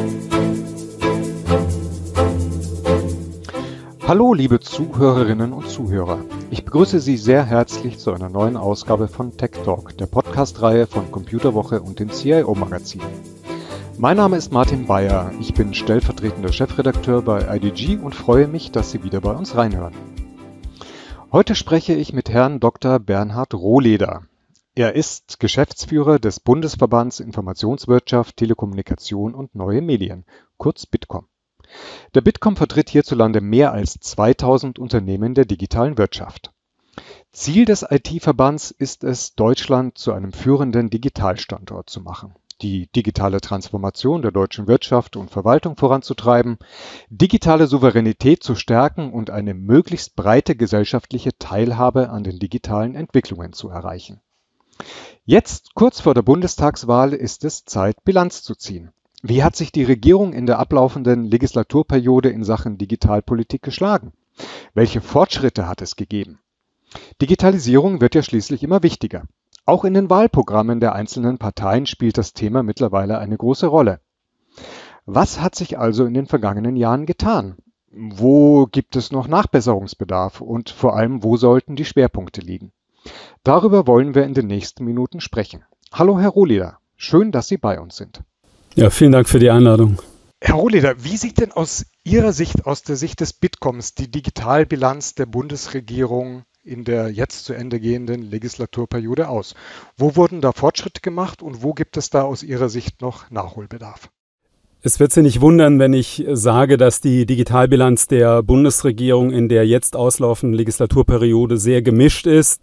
Hallo liebe Zuhörerinnen und Zuhörer, ich begrüße Sie sehr herzlich zu einer neuen Ausgabe von Tech Talk, der Podcast-Reihe von Computerwoche und dem CIO-Magazin. Mein Name ist Martin Bayer, ich bin stellvertretender Chefredakteur bei IDG und freue mich, dass Sie wieder bei uns reinhören. Heute spreche ich mit Herrn Dr. Bernhard Rohleder. Er ist Geschäftsführer des Bundesverbands Informationswirtschaft, Telekommunikation und Neue Medien, kurz Bitkom. Der Bitkom vertritt hierzulande mehr als 2000 Unternehmen der digitalen Wirtschaft. Ziel des IT-Verbands ist es, Deutschland zu einem führenden Digitalstandort zu machen, die digitale Transformation der deutschen Wirtschaft und Verwaltung voranzutreiben, digitale Souveränität zu stärken und eine möglichst breite gesellschaftliche Teilhabe an den digitalen Entwicklungen zu erreichen. Jetzt, kurz vor der Bundestagswahl, ist es Zeit, Bilanz zu ziehen. Wie hat sich die Regierung in der ablaufenden Legislaturperiode in Sachen Digitalpolitik geschlagen? Welche Fortschritte hat es gegeben? Digitalisierung wird ja schließlich immer wichtiger. Auch in den Wahlprogrammen der einzelnen Parteien spielt das Thema mittlerweile eine große Rolle. Was hat sich also in den vergangenen Jahren getan? Wo gibt es noch Nachbesserungsbedarf und vor allem, wo sollten die Schwerpunkte liegen? Darüber wollen wir in den nächsten Minuten sprechen. Hallo Herr Rohleder, schön, dass Sie bei uns sind. Ja, vielen Dank für die Einladung. Herr Rohleder, wie sieht denn aus Ihrer Sicht, aus der Sicht des Bitkoms, die Digitalbilanz der Bundesregierung in der jetzt zu Ende gehenden Legislaturperiode aus? Wo wurden da Fortschritte gemacht und wo gibt es da aus Ihrer Sicht noch Nachholbedarf? Es wird Sie nicht wundern, wenn ich sage, dass die Digitalbilanz der Bundesregierung in der jetzt auslaufenden Legislaturperiode sehr gemischt ist.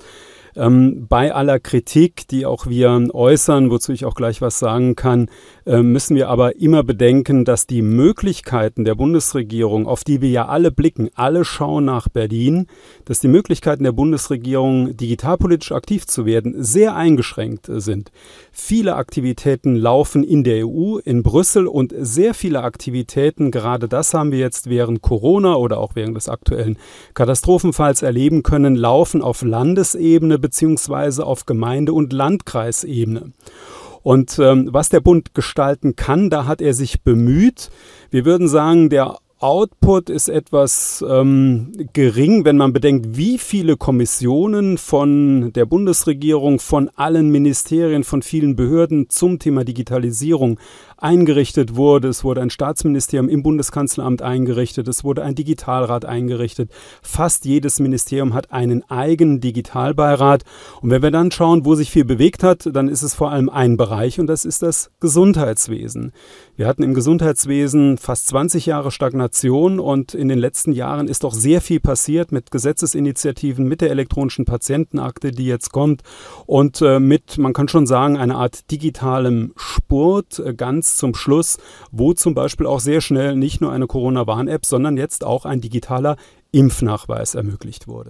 Bei aller Kritik, die auch wir äußern, wozu ich auch gleich was sagen kann, müssen wir aber immer bedenken, dass die Möglichkeiten der Bundesregierung, auf die wir ja alle blicken, alle schauen nach Berlin, dass die Möglichkeiten der Bundesregierung, digitalpolitisch aktiv zu werden, sehr eingeschränkt sind. Viele Aktivitäten laufen in der EU, in Brüssel und sehr viele Aktivitäten, gerade das haben wir jetzt während Corona oder auch während des aktuellen Katastrophenfalls erleben können, laufen auf Landesebene beziehungsweise auf Gemeinde- und Landkreisebene. Und was der Bund gestalten kann, da hat er sich bemüht. Wir würden sagen, der Output ist etwas gering, wenn man bedenkt, wie viele Kommissionen von der Bundesregierung, von allen Ministerien, von vielen Behörden zum Thema Digitalisierung eingerichtet wurde. Es wurde ein Staatsministerium im Bundeskanzleramt eingerichtet, es wurde ein Digitalrat eingerichtet. Fast jedes Ministerium hat einen eigenen Digitalbeirat. Und wenn wir dann schauen, wo sich viel bewegt hat, dann ist es vor allem ein Bereich und das ist das Gesundheitswesen. Wir hatten im Gesundheitswesen fast 20 Jahre Stagnation und in den letzten Jahren ist doch sehr viel passiert mit Gesetzesinitiativen, mit der elektronischen Patientenakte, die jetzt kommt und mit, man kann schon sagen, einer Art digitalem Spurt ganz zum Schluss, wo zum Beispiel auch sehr schnell nicht nur eine Corona-Warn-App, sondern jetzt auch ein digitaler Impfnachweis ermöglicht wurde.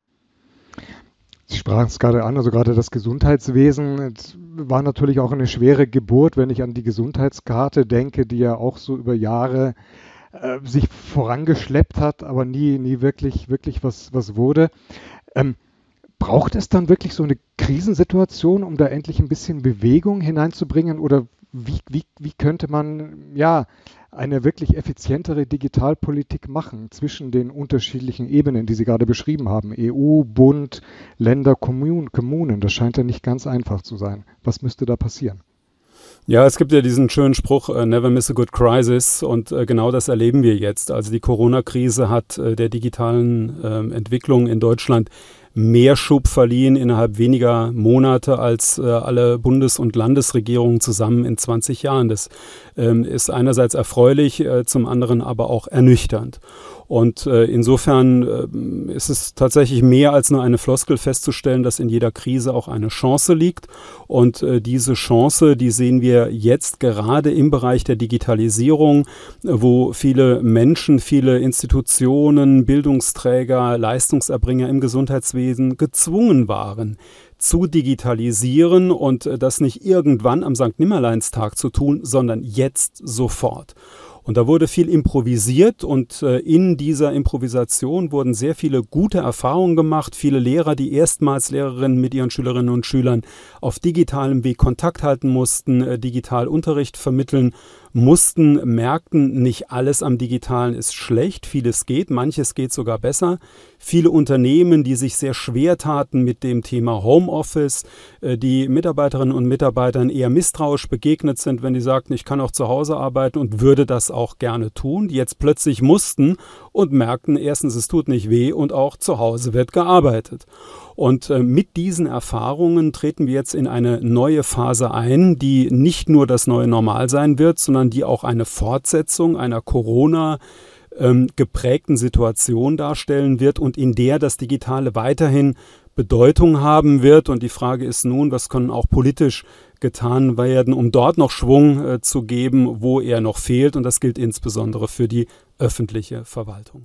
Sie sprachen es gerade an, also gerade das Gesundheitswesen war natürlich auch eine schwere Geburt, wenn ich an die Gesundheitskarte denke, die ja auch so über Jahre sich vorangeschleppt hat, aber nie wirklich was wurde. Braucht es dann wirklich so eine Krisensituation, um da endlich ein bisschen Bewegung hineinzubringen? Oder wie könnte man eine wirklich effizientere Digitalpolitik machen zwischen den unterschiedlichen Ebenen, die Sie gerade beschrieben haben? EU, Bund, Länder, Kommunen. Das scheint ja nicht ganz einfach zu sein. Was müsste da passieren? Ja, es gibt ja diesen schönen Spruch, never miss a good crisis, und genau das erleben wir jetzt. Also die Corona-Krise hat der digitalen Entwicklung in Deutschland mehr Schub verliehen innerhalb weniger Monate als alle Bundes- und Landesregierungen zusammen in 20 Jahren. Das ist einerseits erfreulich, zum anderen aber auch ernüchternd. Und insofern ist es tatsächlich mehr als nur eine Floskel festzustellen, dass in jeder Krise auch eine Chance liegt. Und diese Chance, die sehen wir jetzt gerade im Bereich der Digitalisierung, wo viele Menschen, viele Institutionen, Bildungsträger, Leistungserbringer im Gesundheitswesen gezwungen waren, zu digitalisieren und das nicht irgendwann am Sankt-Nimmerleins-Tag zu tun, sondern jetzt sofort. Und da wurde viel improvisiert und in dieser Improvisation wurden sehr viele gute Erfahrungen gemacht. Viele Lehrer, die erstmals Lehrerinnen mit ihren Schülerinnen und Schülern auf digitalem Weg Kontakt halten mussten, digital Unterricht vermitteln mussten, merkten, nicht alles am Digitalen ist schlecht, vieles geht, manches geht sogar besser. Viele Unternehmen, die sich sehr schwer taten mit dem Thema Homeoffice, die Mitarbeiterinnen und Mitarbeitern eher misstrauisch begegnet sind, wenn die sagten, ich kann auch zu Hause arbeiten und würde das auch gerne tun, die jetzt plötzlich mussten und merkten, erstens, es tut nicht weh und auch zu Hause wird gearbeitet. Und mit diesen Erfahrungen treten wir jetzt in eine neue Phase ein, die nicht nur das neue Normal sein wird, sondern die auch eine Fortsetzung einer geprägten Situation darstellen wird und in der das Digitale weiterhin Bedeutung haben wird. Und die Frage ist nun, was kann auch politisch getan werden, um dort noch Schwung zu geben, wo er noch fehlt. Und das gilt insbesondere für die öffentliche Verwaltung.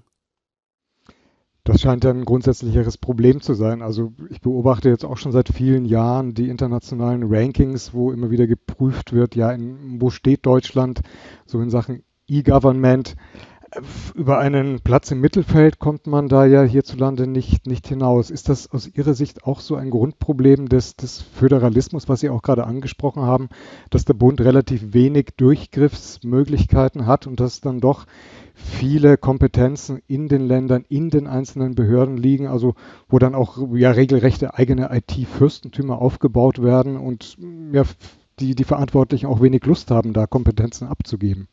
Das scheint ja ein grundsätzlicheres Problem zu sein. Also ich beobachte jetzt auch schon seit vielen Jahren die internationalen Rankings, wo immer wieder geprüft wird, ja, wo steht Deutschland so in Sachen E-Government. Über einen Platz im Mittelfeld kommt man da ja hierzulande nicht hinaus. Ist das aus Ihrer Sicht auch so ein Grundproblem des Föderalismus, was Sie auch gerade angesprochen haben, dass der Bund relativ wenig Durchgriffsmöglichkeiten hat und dass dann doch viele Kompetenzen in den Ländern, in den einzelnen Behörden liegen, also wo dann auch ja regelrechte eigene IT-Fürstentümer aufgebaut werden und ja, die Verantwortlichen auch wenig Lust haben, da Kompetenzen abzugeben?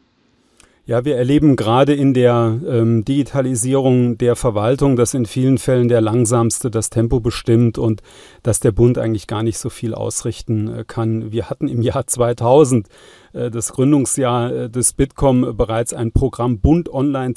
Ja, wir erleben gerade in der Digitalisierung der Verwaltung, dass in vielen Fällen der Langsamste das Tempo bestimmt und dass der Bund eigentlich gar nicht so viel ausrichten kann. Wir hatten im Jahr 2000, das Gründungsjahr des Bitkom, bereits ein Programm Bund Online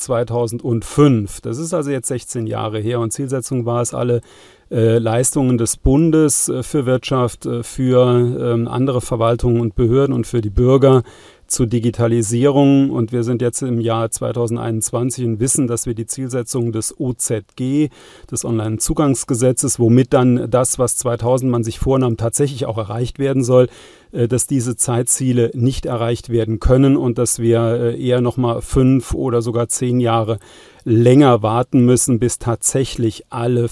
2005. Das ist also jetzt 16 Jahre her und Zielsetzung war es, alle Leistungen des Bundes für Wirtschaft, für andere Verwaltungen und Behörden und für die Bürger zur Digitalisierung, und wir sind jetzt im Jahr 2021 und wissen, dass wir die Zielsetzung des OZG, des Onlinezugangsgesetzes, womit dann das, was 2000 man sich vornahm, tatsächlich auch erreicht werden soll, dass diese Zeitziele nicht erreicht werden können und dass wir eher nochmal 5 oder sogar 10 Jahre länger warten müssen, bis tatsächlich alle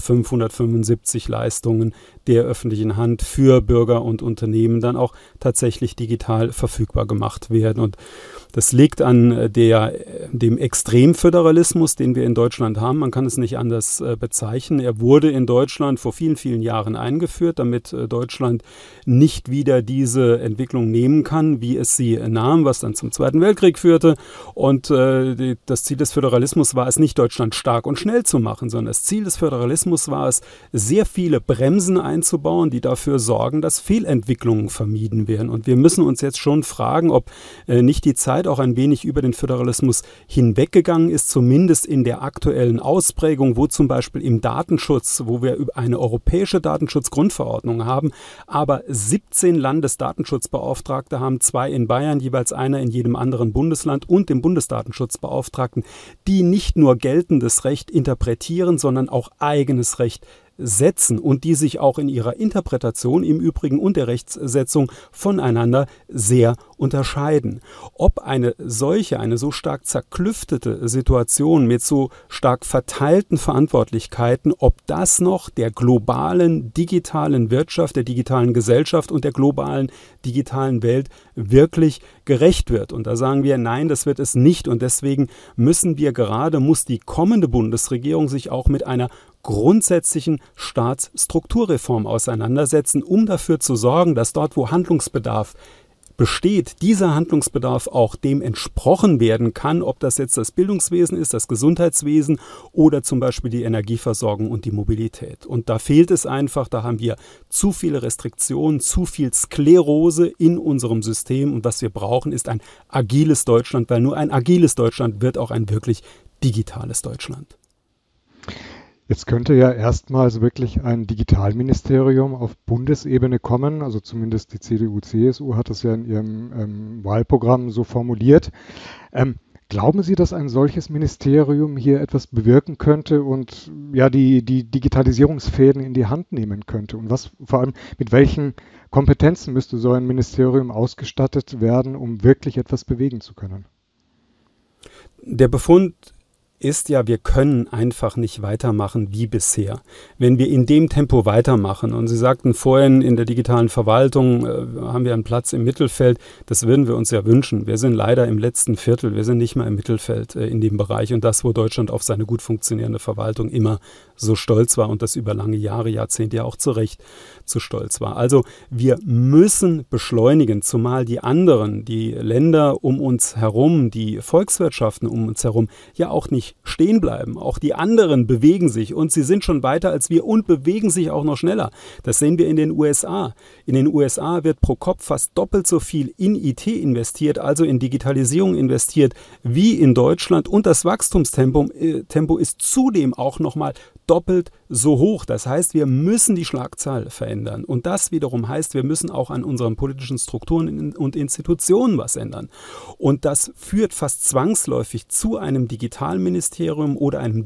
575 Leistungen der öffentlichen Hand für Bürger und Unternehmen dann auch tatsächlich digital verfügbar gemacht werden. Und das liegt an dem Extremföderalismus, den wir in Deutschland haben. Man kann es nicht anders bezeichnen. Er wurde in Deutschland vor vielen, vielen Jahren eingeführt, damit Deutschland nicht wieder diese Entwicklung nehmen kann, wie es sie nahm, was dann zum Zweiten Weltkrieg führte. Und das Ziel des Föderalismus war es nicht, Deutschland stark und schnell zu machen, sondern das Ziel des Föderalismus war es, sehr viele Bremsen einzubauen, die dafür sorgen, dass Fehlentwicklungen vermieden werden. Und wir müssen uns jetzt schon fragen, ob nicht die Zeit auch ein wenig über den Föderalismus hinweggegangen ist, zumindest in der aktuellen Ausprägung, wo zum Beispiel im Datenschutz, wo wir eine europäische Datenschutzgrundverordnung haben, aber 17 Landesdatenschutzbeauftragte haben, 2 in Bayern, jeweils einer in jedem anderen Bundesland und dem Bundesdatenschutzbeauftragten, die nicht nur geltendes Recht interpretieren, sondern auch eigenes Recht setzen und die sich auch in ihrer Interpretation im Übrigen und der Rechtssetzung voneinander sehr unterscheiden. Ob eine so stark zerklüftete Situation mit so stark verteilten Verantwortlichkeiten, ob das noch der globalen digitalen Wirtschaft, der digitalen Gesellschaft und der globalen digitalen Welt wirklich gerecht wird. Und da sagen wir, nein, das wird es nicht. Und deswegen muss die kommende Bundesregierung sich auch mit einer grundsätzlichen Staatsstrukturreform auseinandersetzen, um dafür zu sorgen, dass dort, wo Handlungsbedarf besteht, dieser Handlungsbedarf auch dem entsprochen werden kann, ob das jetzt das Bildungswesen ist, das Gesundheitswesen oder zum Beispiel die Energieversorgung und die Mobilität. Und da fehlt es einfach, da haben wir zu viele Restriktionen, zu viel Sklerose in unserem System und was wir brauchen, ist ein agiles Deutschland, weil nur ein agiles Deutschland wird auch ein wirklich digitales Deutschland. Jetzt könnte ja erstmals wirklich ein Digitalministerium auf Bundesebene kommen, also zumindest die CDU/CSU hat das ja in ihrem Wahlprogramm so formuliert. Glauben Sie, dass ein solches Ministerium hier etwas bewirken könnte und ja die Digitalisierungsfäden in die Hand nehmen könnte? Und vor allem mit welchen Kompetenzen müsste so ein Ministerium ausgestattet werden, um wirklich etwas bewegen zu können? Der Befund ist ja, wir können einfach nicht weitermachen wie bisher. Wenn wir in dem Tempo weitermachen, und Sie sagten vorhin, in der digitalen Verwaltung haben wir einen Platz im Mittelfeld, das würden wir uns ja wünschen. Wir sind leider im letzten Viertel, wir sind nicht mal im Mittelfeld in dem Bereich, und das, wo Deutschland auf seine gut funktionierende Verwaltung immer so stolz war und das über lange Jahre, Jahrzehnte ja auch zu Recht zu stolz war. Also wir müssen beschleunigen, zumal die anderen, die Länder um uns herum, die Volkswirtschaften um uns herum ja auch nicht stehen bleiben. Auch die anderen bewegen sich, und sie sind schon weiter als wir und bewegen sich auch noch schneller. Das sehen wir in den USA. In den USA wird pro Kopf fast doppelt so viel in IT investiert, also in Digitalisierung investiert, wie in Deutschland, und das Wachstumstempo ist zudem auch nochmal doppelt so hoch. Das heißt, wir müssen die Schlagzahl verändern, und das wiederum heißt, wir müssen auch an unseren politischen Strukturen und Institutionen was ändern. Und das führt fast zwangsläufig zu einem Digitalministerium oder einem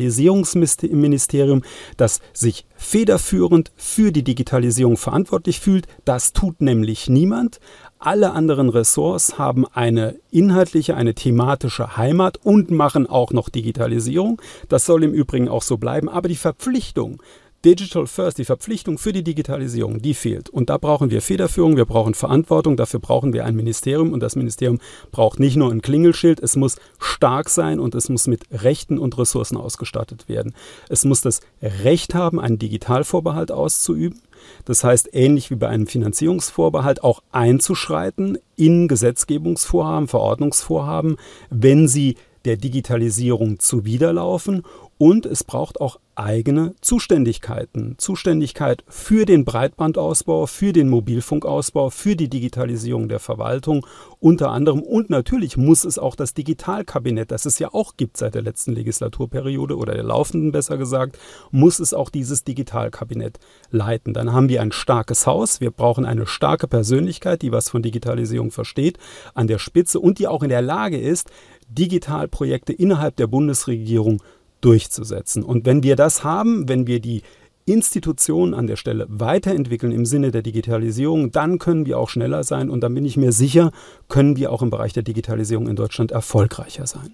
Digitalisierungsministerium, das sich federführend für die Digitalisierung verantwortlich fühlt. Das tut nämlich niemand. Alle anderen Ressorts haben eine inhaltliche, eine thematische Heimat und machen auch noch Digitalisierung. Das soll im Übrigen auch so bleiben. Aber die Verpflichtung, Digital First, die Verpflichtung für die Digitalisierung, die fehlt. Und da brauchen wir Federführung, wir brauchen Verantwortung, dafür brauchen wir ein Ministerium. Und das Ministerium braucht nicht nur ein Klingelschild, es muss stark sein und es muss mit Rechten und Ressourcen ausgestattet werden. Es muss das Recht haben, einen Digitalvorbehalt auszuüben. Das heißt, ähnlich wie bei einem Finanzierungsvorbehalt auch einzuschreiten in Gesetzgebungsvorhaben, Verordnungsvorhaben, wenn sie der Digitalisierung zuwiderlaufen. Und es braucht auch eigene Zuständigkeiten. Zuständigkeit für den Breitbandausbau, für den Mobilfunkausbau, für die Digitalisierung der Verwaltung unter anderem. Und natürlich muss es auch das Digitalkabinett, das es ja auch gibt seit der letzten Legislaturperiode oder der laufenden besser gesagt, muss es auch dieses Digitalkabinett leiten. Dann haben wir ein starkes Haus. Wir brauchen eine starke Persönlichkeit, die was von Digitalisierung versteht, an der Spitze und die auch in der Lage ist, Digitalprojekte innerhalb der Bundesregierung durchzusetzen. Und wenn wir das haben, wenn wir die Institutionen an der Stelle weiterentwickeln im Sinne der Digitalisierung, dann können wir auch schneller sein, und dann bin ich mir sicher, können wir auch im Bereich der Digitalisierung in Deutschland erfolgreicher sein.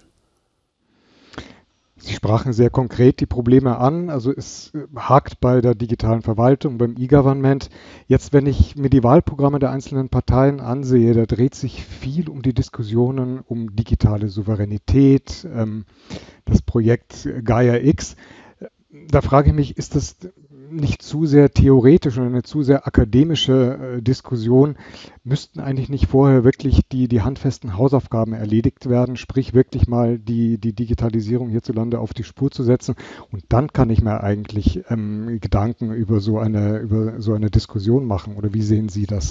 Sie sprachen sehr konkret die Probleme an. Also es hakt bei der digitalen Verwaltung, beim E-Government. Jetzt, wenn ich mir die Wahlprogramme der einzelnen Parteien ansehe, da dreht sich viel um die Diskussionen um digitale Souveränität, das Projekt Gaia X. Da frage ich mich, ist das nicht zu sehr theoretisch oder eine zu sehr akademische Diskussion? Müssten eigentlich nicht vorher wirklich die handfesten Hausaufgaben erledigt werden, sprich wirklich mal die Digitalisierung hierzulande auf die Spur zu setzen? Und dann kann ich mir eigentlich Gedanken über so eine Diskussion machen. Oder wie sehen Sie das?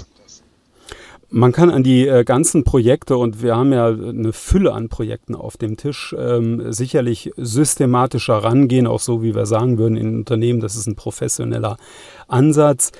Man kann an die ganzen Projekte, und wir haben ja eine Fülle an Projekten auf dem Tisch, sicherlich systematischer rangehen, auch so, wie wir sagen würden in Unternehmen, das ist ein professioneller Ansatz.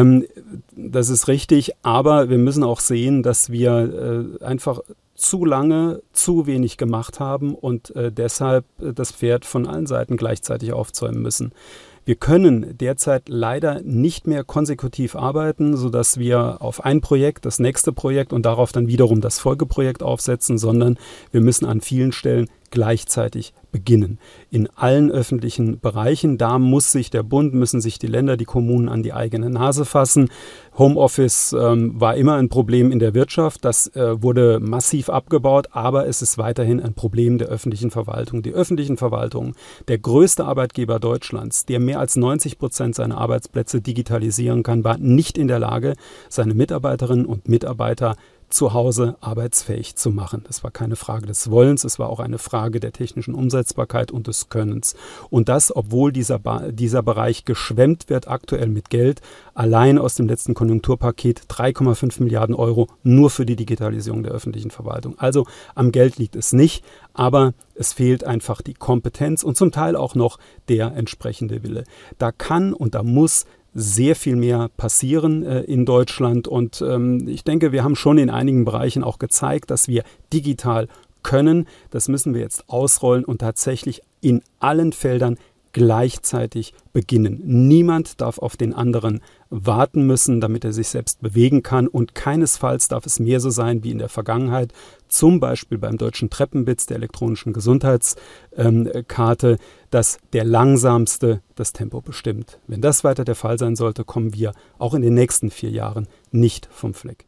Das ist richtig, aber wir müssen auch sehen, dass wir einfach zu lange zu wenig gemacht haben und deshalb das Pferd von allen Seiten gleichzeitig aufzäumen müssen. Wir können derzeit leider nicht mehr konsekutiv arbeiten, sodass wir auf ein Projekt, das nächste Projekt und darauf dann wiederum das Folgeprojekt aufsetzen, sondern wir müssen an vielen Stellen gleichzeitig beginnen. In allen öffentlichen Bereichen, da muss sich der Bund, müssen sich die Länder, die Kommunen an die eigene Nase fassen. Homeoffice war immer ein Problem in der Wirtschaft, das wurde massiv abgebaut, aber es ist weiterhin ein Problem der öffentlichen Verwaltung. Die öffentlichen Verwaltungen, der größte Arbeitgeber Deutschlands, der mehr als 90% seiner Arbeitsplätze digitalisieren kann, war nicht in der Lage, seine Mitarbeiterinnen und Mitarbeiter zu Hause arbeitsfähig zu machen. Das war keine Frage des Wollens, es war auch eine Frage der technischen Umsetzbarkeit und des Könnens. Und das, obwohl dieser Bereich geschwemmt wird aktuell mit Geld, allein aus dem letzten Konjunkturpaket 3,5 Milliarden Euro nur für die Digitalisierung der öffentlichen Verwaltung. Also am Geld liegt es nicht, aber es fehlt einfach die Kompetenz und zum Teil auch noch der entsprechende Wille. Da kann und da muss sehr viel mehr passieren in Deutschland und ich denke, wir haben schon in einigen Bereichen auch gezeigt, dass wir digital können. Das müssen wir jetzt ausrollen und tatsächlich in allen Feldern gleichzeitig beginnen. Niemand darf auf den anderen warten müssen, damit er sich selbst bewegen kann. Und keinesfalls darf es mehr so sein wie in der Vergangenheit, zum Beispiel beim deutschen Treppenwitz, der elektronischen Gesundheitskarte, dass der Langsamste das Tempo bestimmt. Wenn das weiter der Fall sein sollte, kommen wir auch in den nächsten 4 Jahren nicht vom Fleck.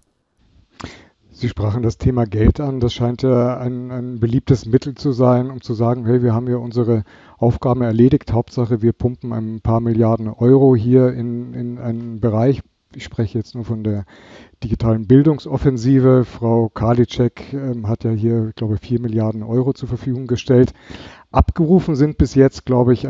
Sie sprachen das Thema Geld an. Das scheint ja ein beliebtes Mittel zu sein, um zu sagen, hey, wir haben hier unsere Aufgaben erledigt. Hauptsache, wir pumpen ein paar Milliarden Euro hier in einen Bereich. Ich spreche jetzt nur von der digitalen Bildungsoffensive. Frau Karliczek hat ja hier, ich glaube, 4 Milliarden Euro zur Verfügung gestellt. Abgerufen sind bis jetzt, glaube ich,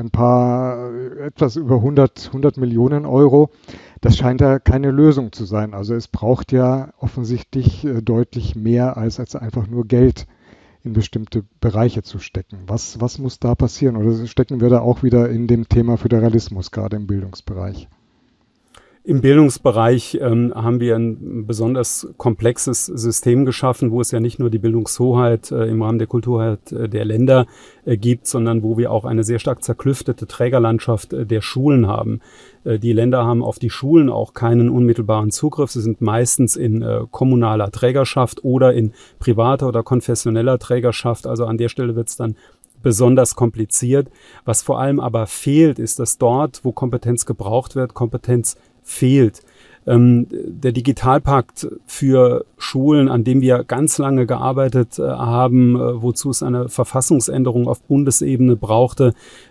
etwas über 100 Millionen Euro. Das scheint ja keine Lösung zu sein. Also es braucht ja offensichtlich deutlich mehr als einfach nur Geld in bestimmte Bereiche zu stecken. Was muss da passieren? Oder stecken wir da auch wieder in dem Thema Föderalismus, gerade im Bildungsbereich? Im Bildungsbereich haben wir ein besonders komplexes System geschaffen, wo es ja nicht nur die Bildungshoheit im Rahmen der Kulturhoheit der Länder gibt, sondern wo wir auch eine sehr stark zerklüftete Trägerlandschaft der Schulen haben. Die Länder haben auf die Schulen auch keinen unmittelbaren Zugriff. Sie sind meistens in kommunaler Trägerschaft oder in privater oder konfessioneller Trägerschaft. Also an der Stelle wird es dann besonders kompliziert. Was vor allem aber fehlt, ist, dass dort, wo Kompetenz gebraucht wird, Kompetenz fehlt. Der Digitalpakt für Schulen, an dem wir ganz lange gearbeitet haben, wozu es eine Verfassungsänderung auf Bundesebene brauchte,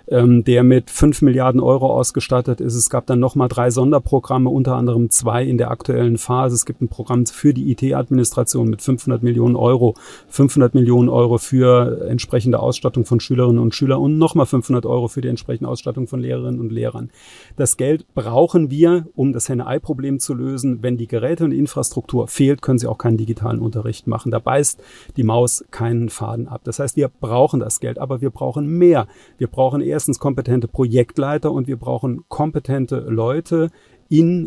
der mit 5 Milliarden Euro ausgestattet ist. Es gab dann nochmal 3 Sonderprogramme, unter anderem 2 in der aktuellen Phase. Es gibt ein Programm für die IT-Administration mit 500 Millionen Euro, 500 Millionen Euro für entsprechende Ausstattung von Schülerinnen und Schülern und nochmal 500 Euro für die entsprechende Ausstattung von Lehrerinnen und Lehrern. Das Geld brauchen wir, um das Henne-Ei-Problem zu lösen. Wenn die Geräte und die Infrastruktur fehlt, können Sie auch keinen digitalen Unterricht machen. Da beißt die Maus keinen Faden ab. Das heißt, wir brauchen das Geld, aber wir brauchen mehr. Wir brauchen erstens kompetente Projektleiter und wir brauchen kompetente Leute in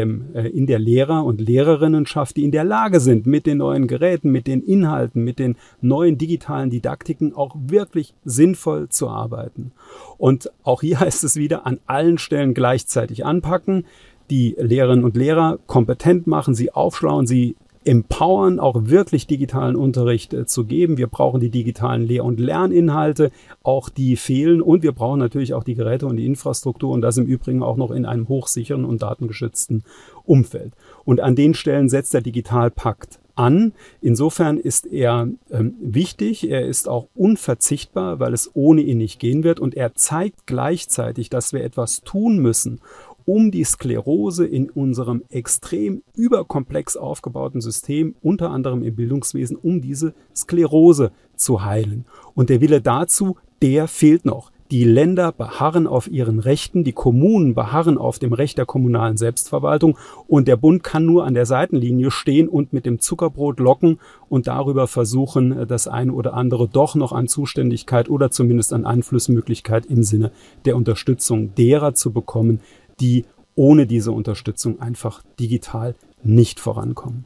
der Lehrer- und Lehrerinnenschaft, die in der Lage sind, mit den neuen Geräten, mit den Inhalten, mit den neuen digitalen Didaktiken auch wirklich sinnvoll zu arbeiten. Und auch hier heißt es wieder, an allen Stellen gleichzeitig anpacken, die Lehrerinnen und Lehrer kompetent machen, sie aufschlauen, sie empowern, auch wirklich digitalen Unterricht zu geben. Wir brauchen die digitalen Lehr- und Lerninhalte, auch die fehlen. Und wir brauchen natürlich auch die Geräte und die Infrastruktur und das im Übrigen auch noch in einem hochsicheren und datengeschützten Umfeld. Und an den Stellen setzt der Digitalpakt an. Insofern ist er wichtig, er ist auch unverzichtbar, weil es ohne ihn nicht gehen wird. Und er zeigt gleichzeitig, dass wir etwas tun müssen, um die Sklerose in unserem extrem überkomplex aufgebauten System, unter anderem im Bildungswesen, um diese Sklerose zu heilen. Und der Wille dazu, der fehlt noch. Die Länder beharren auf ihren Rechten, die Kommunen beharren auf dem Recht der kommunalen Selbstverwaltung und der Bund kann nur an der Seitenlinie stehen und mit dem Zuckerbrot locken und darüber versuchen, das eine oder andere doch noch an Zuständigkeit oder zumindest an Einflussmöglichkeit im Sinne der Unterstützung derer zu bekommen, die ohne diese Unterstützung einfach digital nicht vorankommen.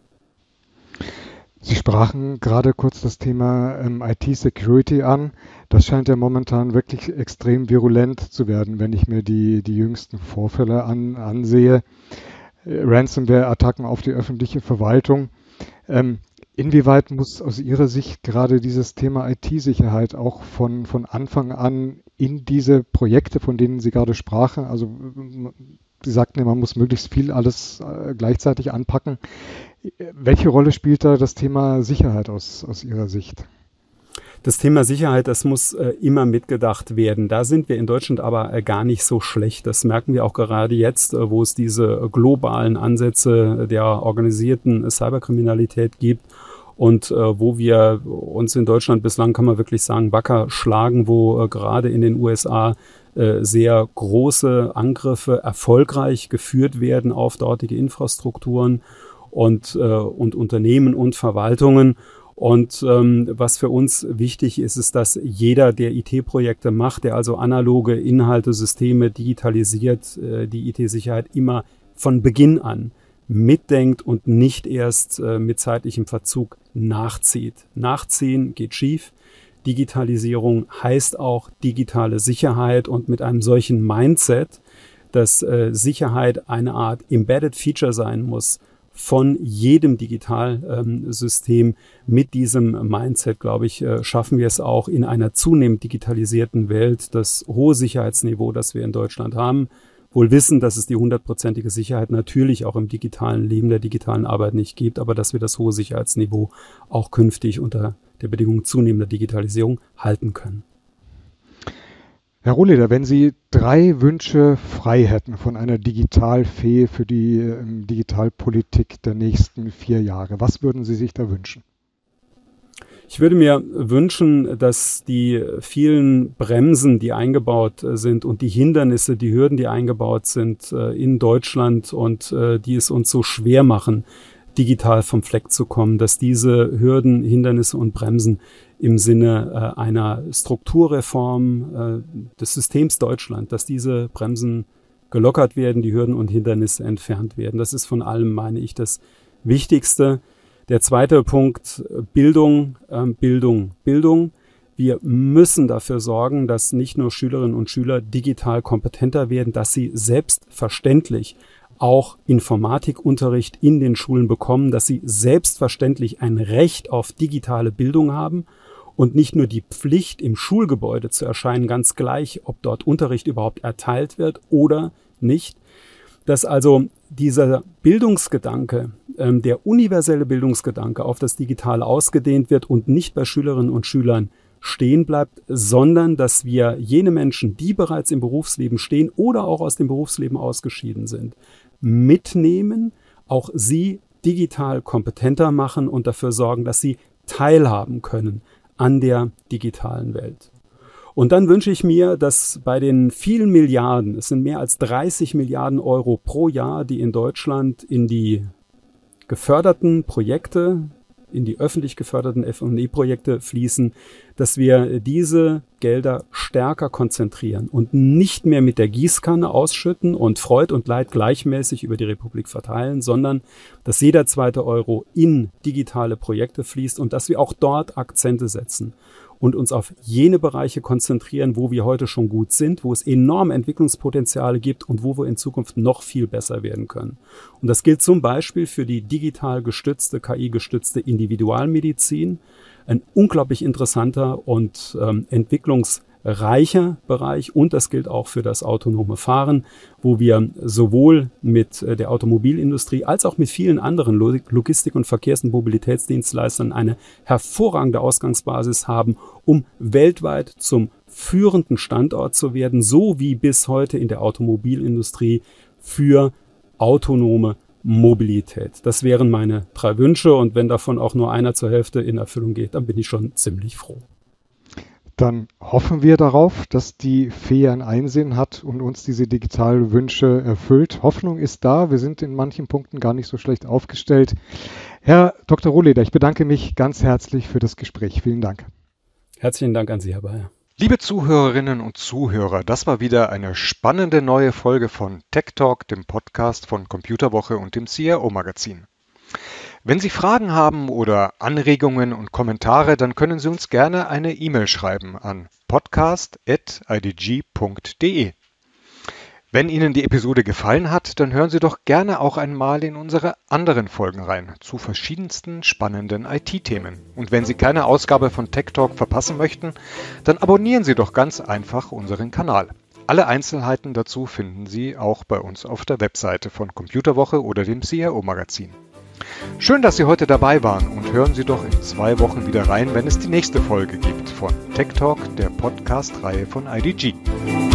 Sie sprachen gerade kurz das Thema IT-Security an. Das scheint ja momentan wirklich extrem virulent zu werden, wenn ich mir die jüngsten Vorfälle ansehe. Ransomware-Attacken auf die öffentliche Verwaltung. Inwieweit muss aus Ihrer Sicht gerade dieses Thema IT-Sicherheit auch von Anfang an in diese Projekte, von denen Sie gerade sprachen, also Sie sagten ja, man muss möglichst viel alles gleichzeitig anpacken. Welche Rolle spielt da das Thema Sicherheit aus Ihrer Sicht? Das Thema Sicherheit, das muss immer mitgedacht werden. Da sind wir in Deutschland aber gar nicht so schlecht. Das merken wir auch gerade jetzt, wo es diese globalen Ansätze der organisierten Cyberkriminalität gibt und wo wir uns in Deutschland bislang, kann man wirklich sagen, wacker schlagen, wo gerade in den USA sehr große Angriffe erfolgreich geführt werden auf dortige Infrastrukturen und Unternehmen und Verwaltungen. Und was für uns wichtig ist, ist, dass jeder, der IT-Projekte macht, der also analoge Inhalte, Systeme digitalisiert, die IT-Sicherheit immer von Beginn an mitdenkt und nicht erst mit zeitlichem Verzug nachzieht. Nachziehen geht schief. Digitalisierung heißt auch digitale Sicherheit und mit einem solchen Mindset, dass Sicherheit eine Art Embedded Feature sein muss von jedem Digitalsystem. Mit diesem Mindset, glaube ich, schaffen wir es auch in einer zunehmend digitalisierten Welt, das hohe Sicherheitsniveau, das wir in Deutschland haben, wohl wissen, dass es die 100%ige Sicherheit natürlich auch im digitalen Leben, der digitalen Arbeit nicht gibt, aber dass wir das hohe Sicherheitsniveau auch künftig unter der Bedingung zunehmender Digitalisierung halten können. Herr Rohleder, wenn Sie 3 Wünsche frei hätten von einer Digitalfee für die Digitalpolitik der nächsten 4 Jahre, was würden Sie sich da wünschen? Ich würde mir wünschen, dass die vielen Bremsen, die eingebaut sind und die Hindernisse, die Hürden, die eingebaut sind in Deutschland und die es uns so schwer machen, digital vom Fleck zu kommen, dass diese Hürden, Hindernisse und Bremsen im Sinne einer Strukturreform des Systems Deutschland, dass diese Bremsen gelockert werden, die Hürden und Hindernisse entfernt werden. Das ist von allem, meine ich, das Wichtigste. Der zweite Punkt, Bildung. Wir müssen dafür sorgen, dass nicht nur Schülerinnen und Schüler digital kompetenter werden, dass sie selbstverständlich auch Informatikunterricht in den Schulen bekommen, dass sie selbstverständlich ein Recht auf digitale Bildung haben und nicht nur die Pflicht, im Schulgebäude zu erscheinen, ganz gleich, ob dort Unterricht überhaupt erteilt wird oder nicht. Dass also dieser Bildungsgedanke, der universelle Bildungsgedanke auf das Digitale ausgedehnt wird und nicht bei Schülerinnen und Schülern stehen bleibt, sondern dass wir jene Menschen, die bereits im Berufsleben stehen oder auch aus dem Berufsleben ausgeschieden sind, mitnehmen, auch sie digital kompetenter machen und dafür sorgen, dass sie teilhaben können an der digitalen Welt. Und dann wünsche ich mir, dass bei den vielen Milliarden, es sind mehr als 30 Milliarden Euro pro Jahr, die in Deutschland in die geförderten Projekte, in die öffentlich geförderten F&E-Projekte fließen, dass wir diese Gelder stärker konzentrieren und nicht mehr mit der Gießkanne ausschütten und Freud und Leid gleichmäßig über die Republik verteilen, sondern dass jeder zweite Euro in digitale Projekte fließt und dass wir auch dort Akzente setzen und uns auf jene Bereiche konzentrieren, wo wir heute schon gut sind, wo es enorme Entwicklungspotenziale gibt und wo wir in Zukunft noch viel besser werden können. Und das gilt zum Beispiel für die digital gestützte, KI-gestützte Individualmedizin, ein unglaublich interessanter und entwicklungsreicher Bereich, und das gilt auch für das autonome Fahren, wo wir sowohl mit der Automobilindustrie als auch mit vielen anderen Logistik- und Verkehrs- und Mobilitätsdienstleistern eine hervorragende Ausgangsbasis haben, um weltweit zum führenden Standort zu werden, so wie bis heute in der Automobilindustrie für autonome Mobilität. Das wären meine 3 Wünsche, und wenn davon auch nur einer zur Hälfte in Erfüllung geht, dann bin ich schon ziemlich froh. Dann hoffen wir darauf, dass die Fee ein Einsehen hat und uns diese digitalen Wünsche erfüllt. Hoffnung ist da. Wir sind in manchen Punkten gar nicht so schlecht aufgestellt. Herr Dr. Rohleder, ich bedanke mich ganz herzlich für das Gespräch. Vielen Dank. Herzlichen Dank an Sie, Herr Bayer. Liebe Zuhörerinnen und Zuhörer, das war wieder eine spannende neue Folge von Tech Talk, dem Podcast von Computerwoche und dem CIO-Magazin. Wenn Sie Fragen haben oder Anregungen und Kommentare, dann können Sie uns gerne eine E-Mail schreiben an podcast@idg.de. Wenn Ihnen die Episode gefallen hat, dann hören Sie doch gerne auch einmal in unsere anderen Folgen rein, zu verschiedensten spannenden IT-Themen. Und wenn Sie keine Ausgabe von Tech Talk verpassen möchten, dann abonnieren Sie doch ganz einfach unseren Kanal. Alle Einzelheiten dazu finden Sie auch bei uns auf der Webseite von Computerwoche oder dem CIO-Magazin. Schön, dass Sie heute dabei waren, und hören Sie doch in 2 Wochen wieder rein, wenn es die nächste Folge gibt von Tech Talk, der Podcast-Reihe von IDG.